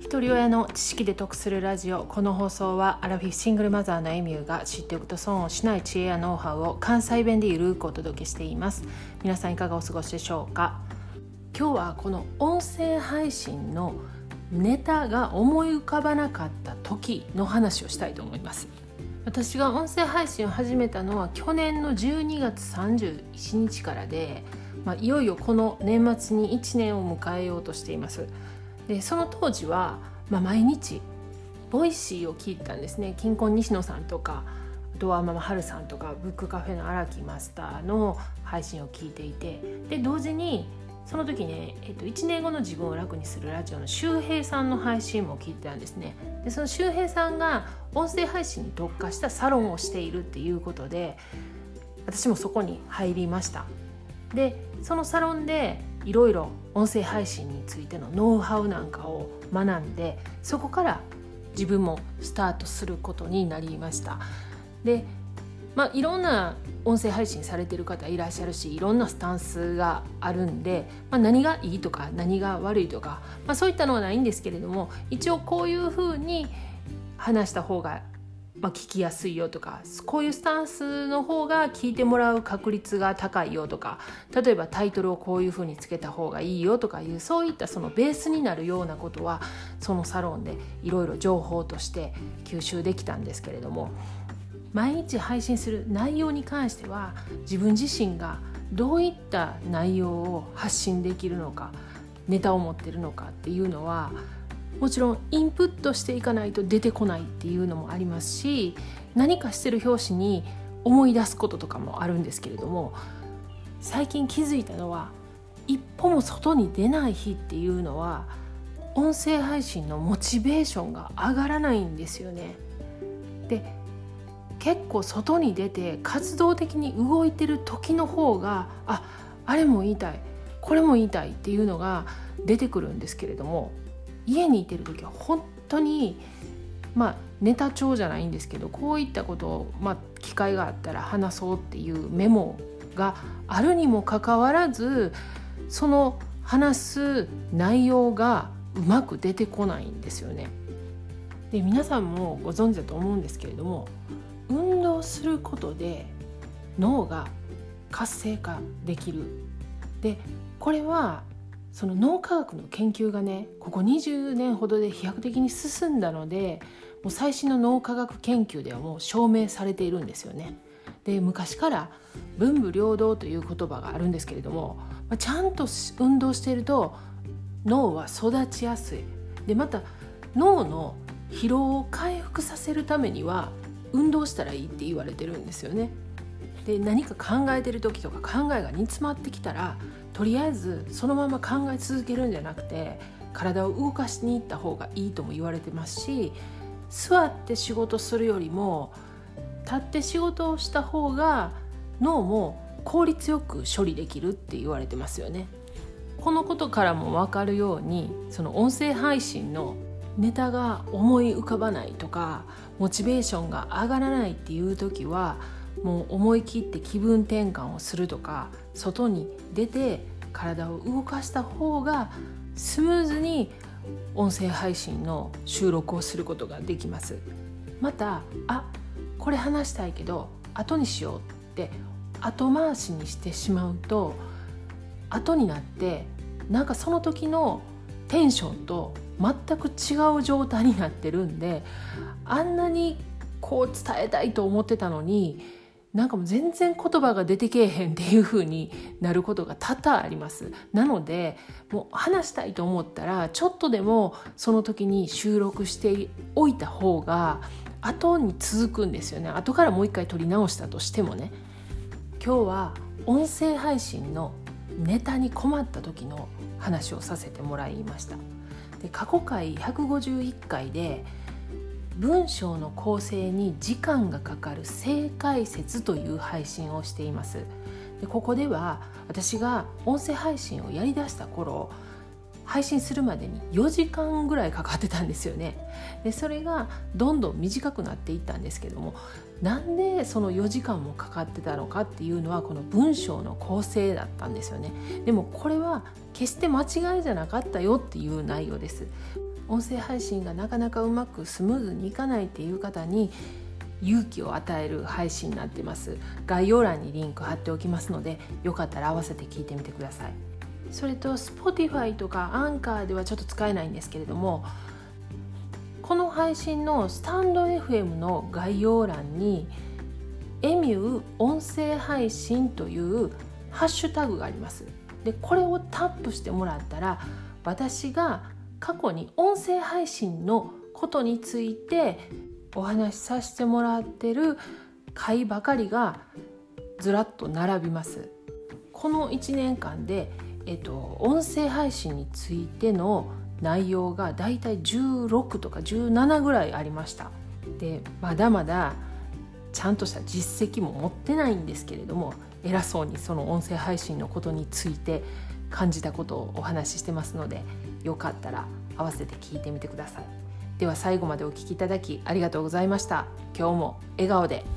一人親の知識で得するラジオ。この放送はアラフィフシングルマザーのエミューが知っておくと損をしない知恵やノウハウを関西弁でゆるくお届けしています。皆さんいかがお過ごしでしょうか。今日はこの音声配信のネタが思い浮かばなかった時の話をしたいと思います。私が音声配信を始めたのは去年の12月31日からで、いよいよこの年末に1年を迎えようとしています。でその当時は、毎日ボイシーを聞いたんですね。金婚西野さんとか、あとはママハルさんとか、ブックカフェの荒木マスターの配信を聞いていて、で同時にその時ね、1年後の自分を楽にするラジオの周平さんの配信も聞いてたんですね。でその周平さんが音声配信に特化したサロンをしているっていうことで、私もそこに入りました。でそのサロンでいろいろ音声配信についてのノウハウなんかを学んで、そこから自分もスタートすることになりました。で、いろんな音声配信されている方いらっしゃるし、いろんなスタンスがあるんで、何がいいとか何が悪いとか、そういったのはないんですけれども、一応こういうふうに話した方が聞きやすいよとか、こういうスタンスの方が聞いてもらう確率が高いよとか、例えばタイトルをこういう風につけた方がいいよとかいう、そういったそのベースになるようなことはそのサロンでいろいろ情報として吸収できたんですけれども、毎日配信する内容に関しては自分自身がどういった内容を発信できるのか、ネタを持っているのかっていうのはもちろんインプットしていかないと出てこないっていうのもありますし、何かしてる拍子に思い出すこととかもあるんですけれども、最近気づいたのは、一歩も外に出ない日っていうのは音声配信のモチベーションが上がらないんですよね。で結構外に出て活動的に動いてる時の方が、あれも言いたい、これも言いたいっていうのが出てくるんですけれども、家にいてる時は本当にネタ帳じゃないんですけど、こういったことを機会があったら話そうっていうメモがあるにもかかわらず、その話す内容がうまく出てこないんですよね。で皆さんもご存知だと思うんですけれども、運動することで脳が活性化できる。でこれはその脳科学の研究がね、ここ20年ほどで飛躍的に進んだので、もう最新の脳科学研究ではもう証明されているんですよね。で昔から文武両道という言葉があるんですけれども、ちゃんと運動していると脳は育ちやすい。でまた脳の疲労を回復させるためには運動したらいいって言われてるんですよね。で何か考えてる時とか考えが煮詰まってきたら、とりあえずそのまま考え続けるんじゃなくて、体を動かしに行った方がいいとも言われてますし、座って仕事するよりも立って仕事をした方が脳も効率よく処理できるって言われてますよね。このことからも分かるように、その音声配信のネタが思い浮かばないとか、モチベーションが上がらないっていう時は、もう思い切って気分転換をするとか、外に出て体を動かした方がスムーズに音声配信の収録をすることができます。またこれ話したいけど後にしようって後回しにしてしまうと、後になってその時のテンションと全く違う状態になってるんで、あんなにこう伝えたいと思ってたのにもう全然言葉が出てけえへんっていう風になることが多々あります。なのでもう話したいと思ったら、ちょっとでもその時に収録しておいた方が後に続くんですよね。後からもう一回撮り直したとしてもね。今日は音声配信のネタに困った時の話をさせてもらいました。で過去回151回で文章の構成に時間がかかる正解説という配信をしています。でここでは私が音声配信をやりだした頃、配信するまでに4時間ぐらいかかってたんですよね。でそれがどんどん短くなっていったんですけども、なんでその4時間もかかってたのかっていうのは、この文章の構成だったんですよね。でもこれは決して間違いじゃなかったよっていう内容です。 音声配信がなかなかうまくスムーズにいかないっていう方に勇気を与える配信になってます。概要欄にリンク貼っておきますので、よかったら合わせて聞いてみてください。それと Spotify とかアンカーではちょっと使えないんですけれども、この配信のスタンド FM の概要欄にエミュー音声配信というハッシュタグがあります。でこれをタップしてもらったら、私が過去に音声配信のことについてお話しさせてもらってる回ばかりがずらっと並びます。この1年間で、音声配信についての内容がだいたい16とか17ぐらいありました。でまだまだちゃんとした実績も持ってないんですけれども、偉そうにその音声配信のことについて感じたことをお話ししてますので、よかったら合わせて聞いてみてください。では最後までお聞きいただきありがとうございました。今日も笑顔で。